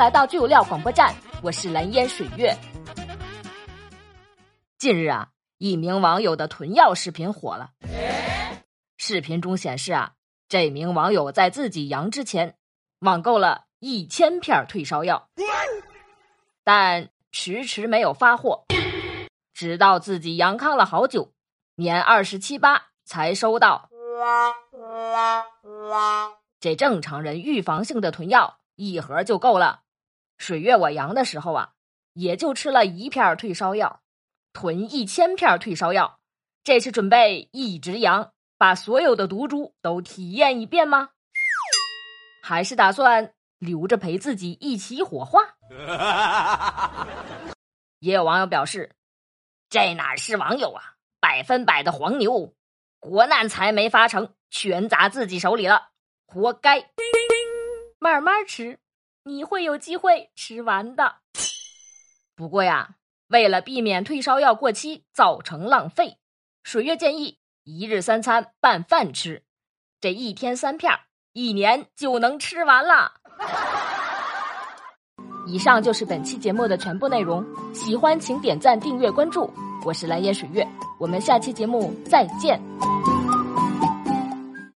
来到最有料广播站，我是蓝烟水月。近日啊，一名网友的囤药视频火了。视频中显示啊，这名网友在自己阳之前网购了1000片退烧药，但迟迟没有发货，直到自己阳康了好久，年27、8才收到。这正常人预防性的囤药1盒就够了，水月我阳的时候啊，也就吃了1片退烧药，囤1000片退烧药，这是准备一直阳，把所有的毒株都体验一遍吗？还是打算留着陪自己一起火化？也有网友表示，这哪是网友啊，100%的黄牛，国难财没发成，全砸自己手里了，活该。慢慢吃，你会有机会吃完的。不过呀，为了避免退烧药过期造成浪费，水月建议1日3餐拌饭吃，这1天3片，1年就能吃完了。以上就是本期节目的全部内容，喜欢请点赞、订阅、关注，我是蓝颜水月，我们下期节目再见。